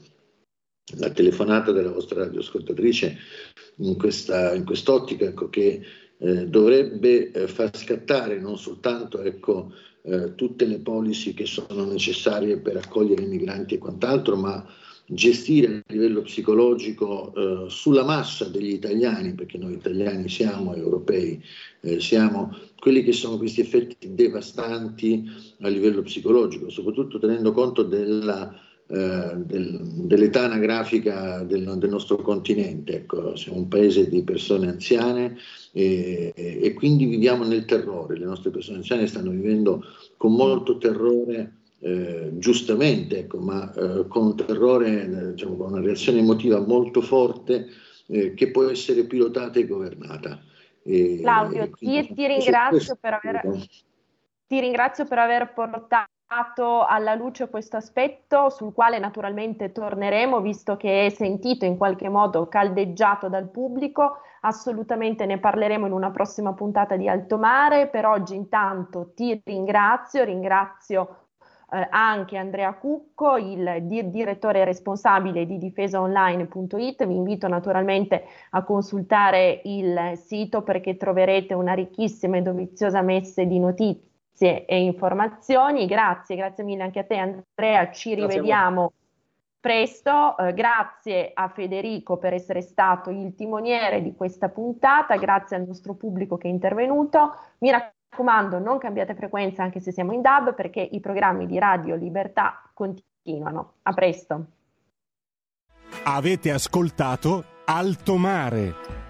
la telefonata della vostra radioascoltatrice in questa in quest'ottica, ecco, che eh, dovrebbe eh, far scattare non soltanto, ecco, eh, tutte le policy che sono necessarie per accogliere i migranti e quant'altro, ma gestire a livello psicologico eh, sulla massa degli italiani, perché noi italiani siamo europei, eh, siamo quelli che sono questi effetti devastanti a livello psicologico, soprattutto tenendo conto della, eh, del, dell'età anagrafica del, del nostro continente. Ecco, siamo un paese di persone anziane e, e quindi viviamo nel terrore. Le nostre persone anziane stanno vivendo con molto terrore. Eh, giustamente, ecco, ma eh, con un terrore, eh, diciamo, con una reazione emotiva molto forte eh, che può essere pilotata e governata. E, Claudio, e quindi, ti, ti, ringrazio per aver, ti ringrazio per aver portato alla luce questo aspetto, sul quale naturalmente torneremo, visto che è sentito in qualche modo caldeggiato dal pubblico. Assolutamente ne parleremo in una prossima puntata di Alto Mare. Per oggi intanto ti ringrazio, ringrazio Eh, anche Andrea Cucco, il di- direttore responsabile di difesa online punto it. Vi invito naturalmente a consultare il sito, perché troverete una ricchissima e doviziosa messe di notizie e informazioni. Grazie, grazie mille anche a te Andrea, ci rivediamo presto. Eh, grazie a Federico per essere stato il timoniere di questa puntata, grazie al nostro pubblico che è intervenuto. Mi raccomando, Mi raccomando, non cambiate frequenza anche se siamo in D A B, perché i programmi di Radio Libertà continuano. A presto. Avete ascoltato Alto Mare.